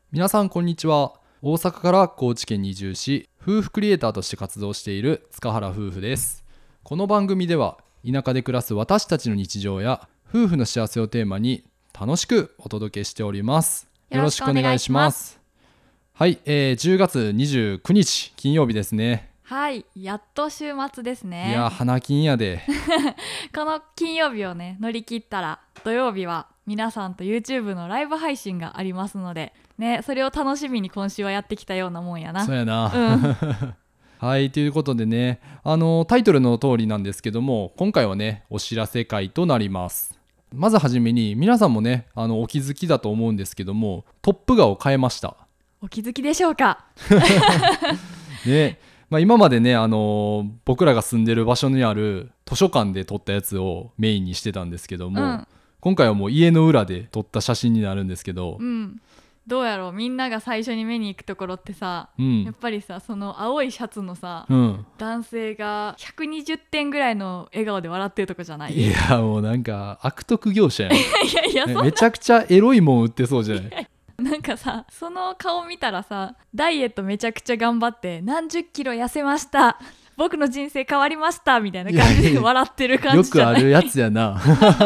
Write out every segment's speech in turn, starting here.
皆さんこんにちは。大阪から高知県に移住し、夫婦クリエイターとして活動している塚原夫婦です。この番組では田舎で暮らす私たちの日常や夫婦の幸せをテーマに楽しくお届けしております。よろしくお願いします。はい、10月29日金曜日ですね。 はい、やっと週末ですね。 いや花金やでこの金曜日をね乗り切ったら土曜日は皆さんと YouTube のライブ配信がありますのでね、それを楽しみに今週はやってきたようなもんやな。 そうやな、はい、ということでね、タイトルの通りなんですけども、今回はねお知らせ会となります。まずはじめに皆さんもねお気づきだと思うんですけども、トップ画を変えました。 お気づきでしょうかね、今までね、僕らが住んでる場所にある図書館で撮ったやつをメインにしてたんですけども、今回はもう家の裏で撮った写真になるんですけど、 どうやろう、みんなが最初に見に行くところってさ、やっぱりさ、その青いシャツのさ、男性が120点ぐらいの笑顔で笑ってるとこじゃない？ いやもうなんか悪徳業者やんいやめちゃくちゃエロいもん売ってそうじゃない？ なんかさ、その顔見たらさ、ダイエットめちゃくちゃ頑張って何十キロ痩せました、僕の人生変わりましたみたいな感じで笑ってる感じじゃない？ よくあるやつやな。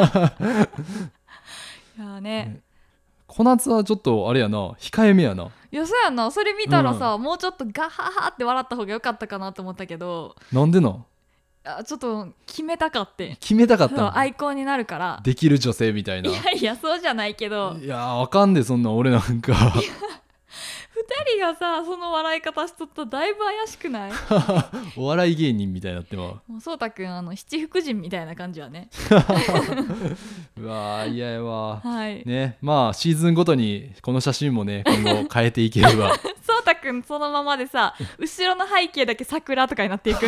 いやね、 小夏はちょっとあれやな、控えめやな。 いやそうやな、それ見たらさ、もうちょっとガハハって笑った方が良かったかなと思ったけど、 なんでなん？ ちょっと決めたかってアイコンになるからできる女性みたいな。 いやそうじゃないけど、 いやわかんで、そんな俺なんか 2人がさその笑い方しとったらだいぶ怪しくない？ お笑い芸人みたいになってもうそうたくん七福神みたいな感じはねうわ嫌やわ、 ね、 シーズンごとにこの写真もね今後変えていければそうたくんそのままでさ後ろの背景だけ桜とかになっていく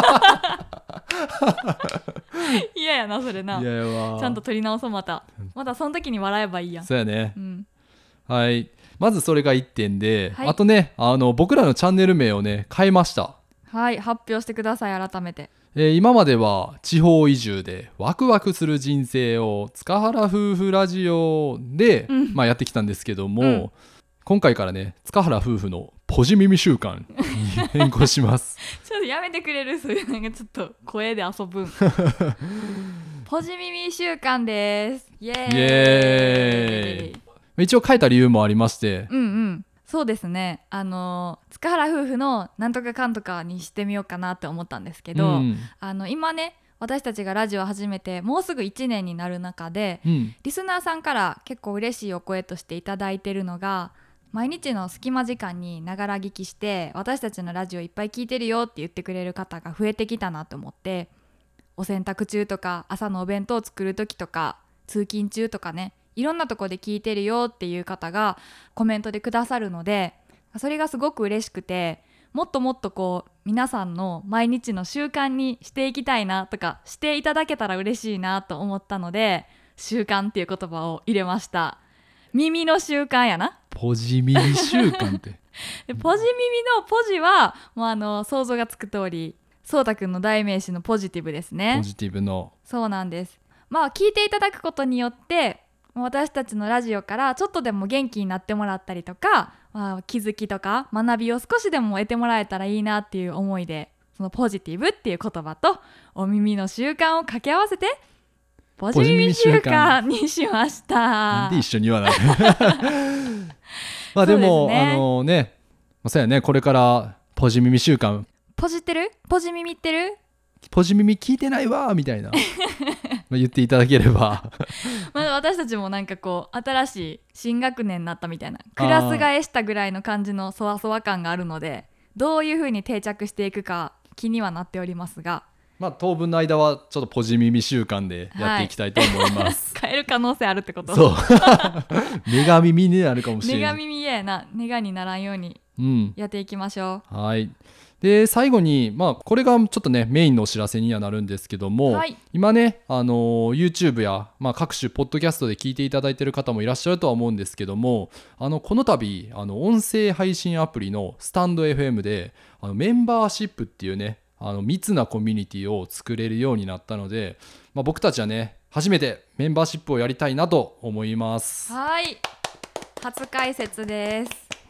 嫌やなそれな。 嫌やわ、 ちゃんと撮り直そう。またその時に笑えばいいやん。 そうやね、はい、まずそれが1点で、あとね僕らのチャンネル名をね変えました。 はい、発表してください。改めて、 今までは地方移住でワクワクする人生を塚原夫婦ラジオで、やってきたんですけども、今回からね塚原夫婦のポジ耳習慣に変更しますちょっとやめてくれる？そういうなんかちょっと声で遊ぶんポジ耳習慣です。イエーイ。 一応変えた理由もありまして、 そうですね、塚原夫婦のなんとかかんとかにしてみようかなって思ったんですけど、今ね私たちがラジオを始めてもうすぐ1年になる中で、リスナーさんから結構嬉しいお声としていただいてるのが、毎日の隙間時間にながら聞きして私たちのラジオいっぱい聞いてるよって言ってくれる方が増えてきたなと思って、お洗濯中とか朝のお弁当を作る時とか通勤中とかね、いろんなとこで聞いてるよっていう方がコメントでくださるので、それがすごく嬉しくて、もっともっとこう皆さんの毎日の習慣にしていきたいなとか、していただけたら嬉しいなと思ったので、習慣っていう言葉を入れました。耳の習慣やな。 ポジ耳習慣ってでポジ耳のポジはもう想像がつく通り、そうたくんの代名詞のポジティブですね。 ポジティブの、 そうなんです。聞いていただくことによって私たちのラジオからちょっとでも元気になってもらったりとか、気づきとか学びを少しでも得てもらえたらいいなっていう思いで、そのポジティブっていう言葉とお耳の習慣を掛け合わせてポジ耳習慣にしました。 なんで一緒に言わないでもそうやね、これからポジ耳習慣、 ポジってる？ポジ耳ってる？ ポジ耳聞いてないわみたいな言っていただければ私たちもなんかこう新しい新学年になったみたいな、クラス替えしたぐらいの感じのそわそわ感があるので、どういう風に定着していくか気にはなっておりますが、 当分の間はちょっとポジ耳習慣でやっていきたいと思います、 変える可能性あるってこと？ そうネガ耳になるかもしれない。 ネガ耳やな、ネガにならんようにやっていきましょう。 はい。で最後に、これがちょっとねメインのお知らせにはなるんですけども、今ねYouTube や、各種ポッドキャストで聞いていただいている方もいらっしゃるとは思うんですけども、この度音声配信アプリのスタンド FM でメンバーシップっていうね密なコミュニティを作れるようになったので、僕たちはね初めてメンバーシップをやりたいなと思います。 はい、初解説です。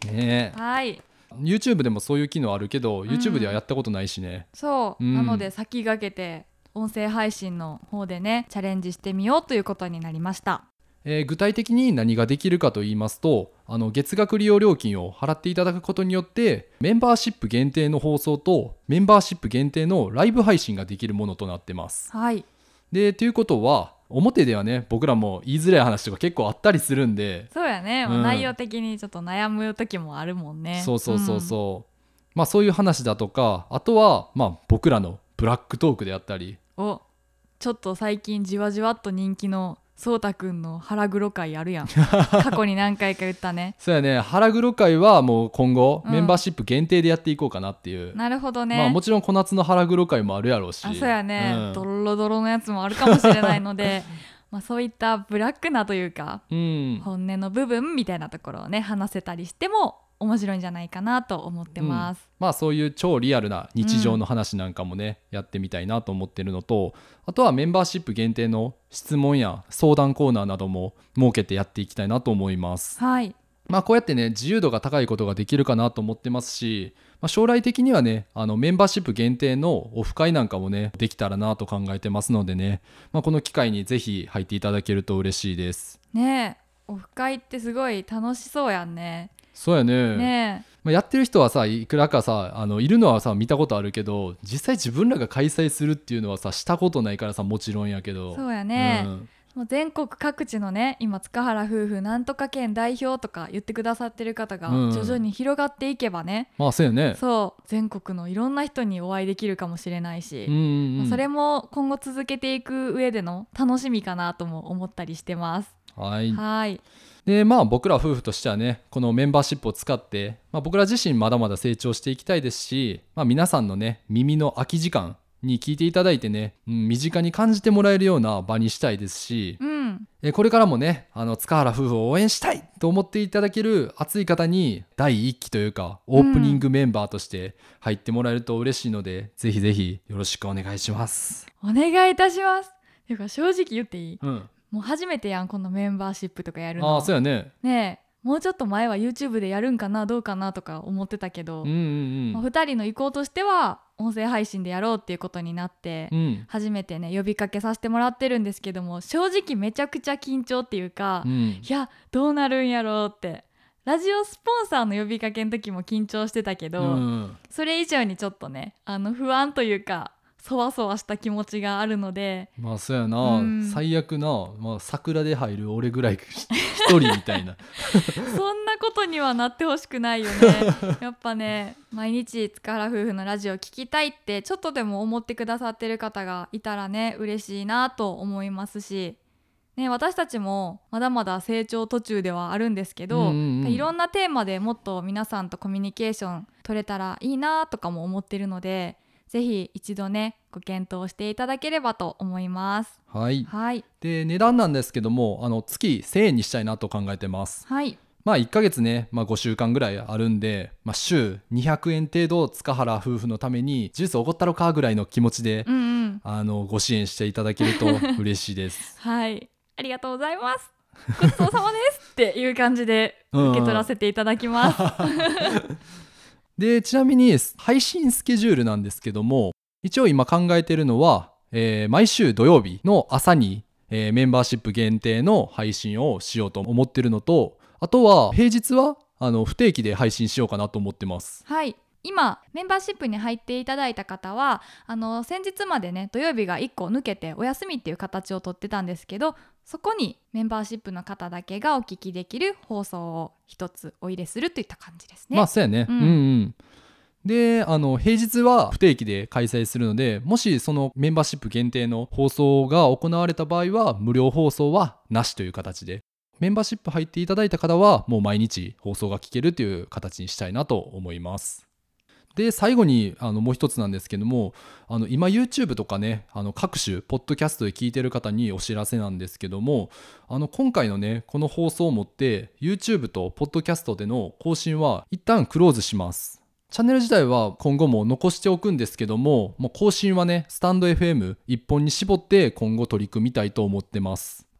ね。 はい。 YouTube でもそういう機能あるけど、YouTube ではやったことないしね。 そう、なので先駆けて音声配信の方でねチャレンジしてみようということになりました。 具体的に何ができるかと言いますと、月額利用料金を払っていただくことによってメンバーシップ限定の放送とメンバーシップ限定のライブ配信ができるものとなってます。 はい。 でということは表ではね僕らも言いづらい話とか結構あったりするんで、 そうやね、内容的にちょっと悩む時もあるもんね。 そう、そういう話だとか、あとは僕らのブラックトークであったり、 ちょっと最近じわじわっと人気のそうたくんの腹黒会あるやん過去に何回か言ったね。 そうやね、腹黒会はもう今後、メンバーシップ限定でやっていこうかなっていう。 なるほどね。 もちろん小夏の腹黒会もあるやろうし、 そうやね、ドロドロのやつもあるかもしれないのでそういったブラックなというか、本音の部分みたいなところをね話せたりしても面白いんじゃないかなと思ってます。 そういう超リアルな日常の話なんかもね、やってみたいなと思ってるのと、あとはメンバーシップ限定の質問や相談コーナーなども設けてやっていきたいなと思います。 はい。 こうやってね自由度が高いことができるかなと思ってますし、将来的にはねメンバーシップ限定のオフ会なんかもねできたらなと考えてますのでね、この機会にぜひ入っていただけると嬉しいですね。オフ会ってすごい楽しそうやんね。 そうやね。やってる人はさいくらかさいるのはさ見たことあるけど、実際自分らが開催するっていうのはさしたことないからさ、もちろんやけど。 そうやね、もう全国各地のね今塚原夫婦なんとか県代表とか言ってくださってる方が徐々に広がっていけばね、 そうやね。 そう全国のいろんな人にお会いできるかもしれないし、それも今後続けていく上での楽しみかなとも思ったりしてます。 はい。 はい。 で僕ら夫婦としてはねこのメンバーシップを使って、僕ら自身まだまだ成長していきたいですし、皆さんのね耳の空き時間に聞いていただいてね、身近に感じてもらえるような場にしたいですし、これからもね塚原夫婦を応援したいと思っていただける熱い方に第1期というかオープニングメンバーとして入ってもらえると嬉しいので、ぜひぜひよろしくお願いします。 お願いいたします。ていうか正直言っていい、もう初めてやんこのメンバーシップとかやるの。 そうやね。 もうちょっと前は YouTube でやるんかなどうかなとか思ってたけど、2人の意向としては音声配信でやろうっていうことになって、初めてね呼びかけさせてもらってるんですけども、正直めちゃくちゃ緊張っていうか、いやどうなるんやろうって、ラジオスポンサーの呼びかけの時も緊張してたけど、それ以上にちょっとね不安というかそわそわした気持ちがあるので、 そうやな、最悪な、桜で入る俺ぐらい一人みたいなそんなことにはなってほしくないよねやっぱね毎日塚原夫婦のラジオ聞きたいってちょっとでも思ってくださってる方がいたらね嬉しいなと思いますし、私たちもまだまだ成長途中ではあるんですけど、いろんなテーマでもっと皆さんとコミュニケーション取れたらいいなとかも思ってるので、ぜひ一度ねご検討していただければと思います。 はい、で値段なんですけども月1000円にしたいなと考えてます。1ヶ月ね、5週間ぐらいあるんで、週200円程度塚原夫婦のためにジュースおごったろかぐらいの気持ちで、ご支援していただけると嬉しいですはい、ありがとうございます、ごちそうさまですっていう感じで受け取らせていただきますでちなみに配信スケジュールなんですけども、一応今考えてるのは、毎週土曜日の朝に、メンバーシップ限定の配信をしようと思ってるのと、あとは平日は不定期で配信しようかなと思ってます。 はい、今メンバーシップに入っていただいた方は先日までね土曜日が1個抜けてお休みっていう形をとってたんですけど、そこにメンバーシップの方だけがお聞きできる放送を一つお入れするといった感じですね。 そうやね。で平日は不定期で開催するので、もしそのメンバーシップ限定の放送が行われた場合は無料放送はなしという形で、メンバーシップ入っていただいた方はもう毎日放送が聞けるという形にしたいなと思います。で最後にもう一つなんですけども、今 YouTube とかね各種ポッドキャストで聞いてる方にお知らせなんですけども、今回のねこの放送をもって YouTube とポッドキャストでの更新は一旦クローズします。チャンネル自体は今後も残しておくんですけども、更新はねスタンド FM 一本に絞って今後取り組みたいと思ってます。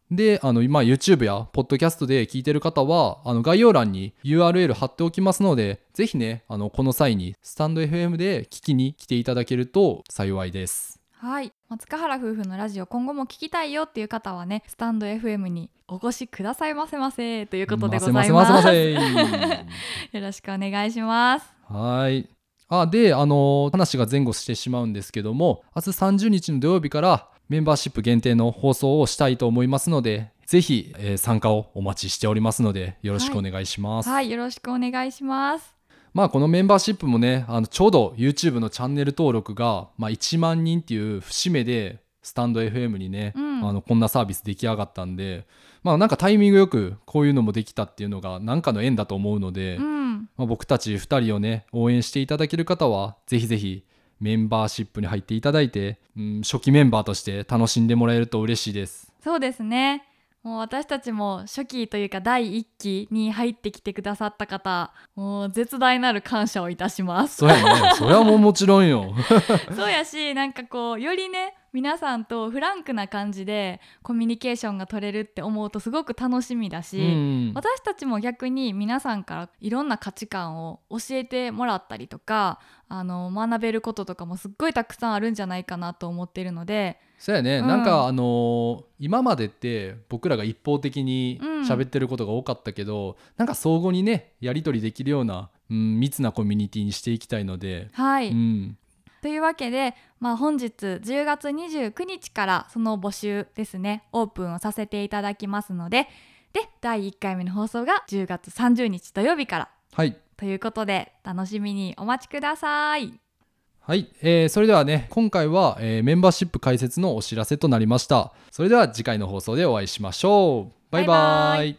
で今 YouTube や Podcast で聞いてる方は概要欄に URL 貼っておきますので、ぜひねこの際にスタンド FM で聞きに来ていただけると幸いです。 はい、塚原夫婦のラジオ今後も聞きたいよっていう方はね、スタンド FM にお越しくださいませませということでございます。よろしくお願いします。 はい。で話が前後してしまうんですけども、明日30日の土曜日からメンバーシップ限定の放送をしたいと思いますので、ぜひ、参加をお待ちしておりますのでよろしくお願いします。 はい、よろしくお願いします。 このメンバーシップもねちょうど YouTube のチャンネル登録が、1万人っていう節目でスタンド FM にね、こんなサービス出来上がったんで、なんかタイミングよくこういうのもできたっていうのがなんかの縁だと思うので、僕たち2人をね応援していただける方はぜひぜひメンバーシップに入っていただいて、初期メンバーとして楽しんでもらえると嬉しいです。 そうですね。もう私たちも初期というか第1期に入ってきてくださった方、もう絶大なる感謝をいたします。 そうやね、それはもちろんよそうやし、なんかこうよりね皆さんとフランクな感じでコミュニケーションが取れるって思うとすごく楽しみだし、私たちも逆に皆さんからいろんな価値観を教えてもらったりとか学べることとかもすっごいたくさんあるんじゃないかなと思っているので。 そうやね、なんか今までって僕らが一方的に喋ってることが多かったけど、なんか相互にねやり取りできるような、密なコミュニティにしていきたいので、 はい、というわけで、本日10月29日からその募集ですねオープンをさせていただきますので、第1回目の放送が10月30日土曜日から、ということで楽しみにお待ちください。 はい、それではね今回は、メンバーシップ開設のお知らせとなりました。それでは次回の放送でお会いしましょう。バイバイ。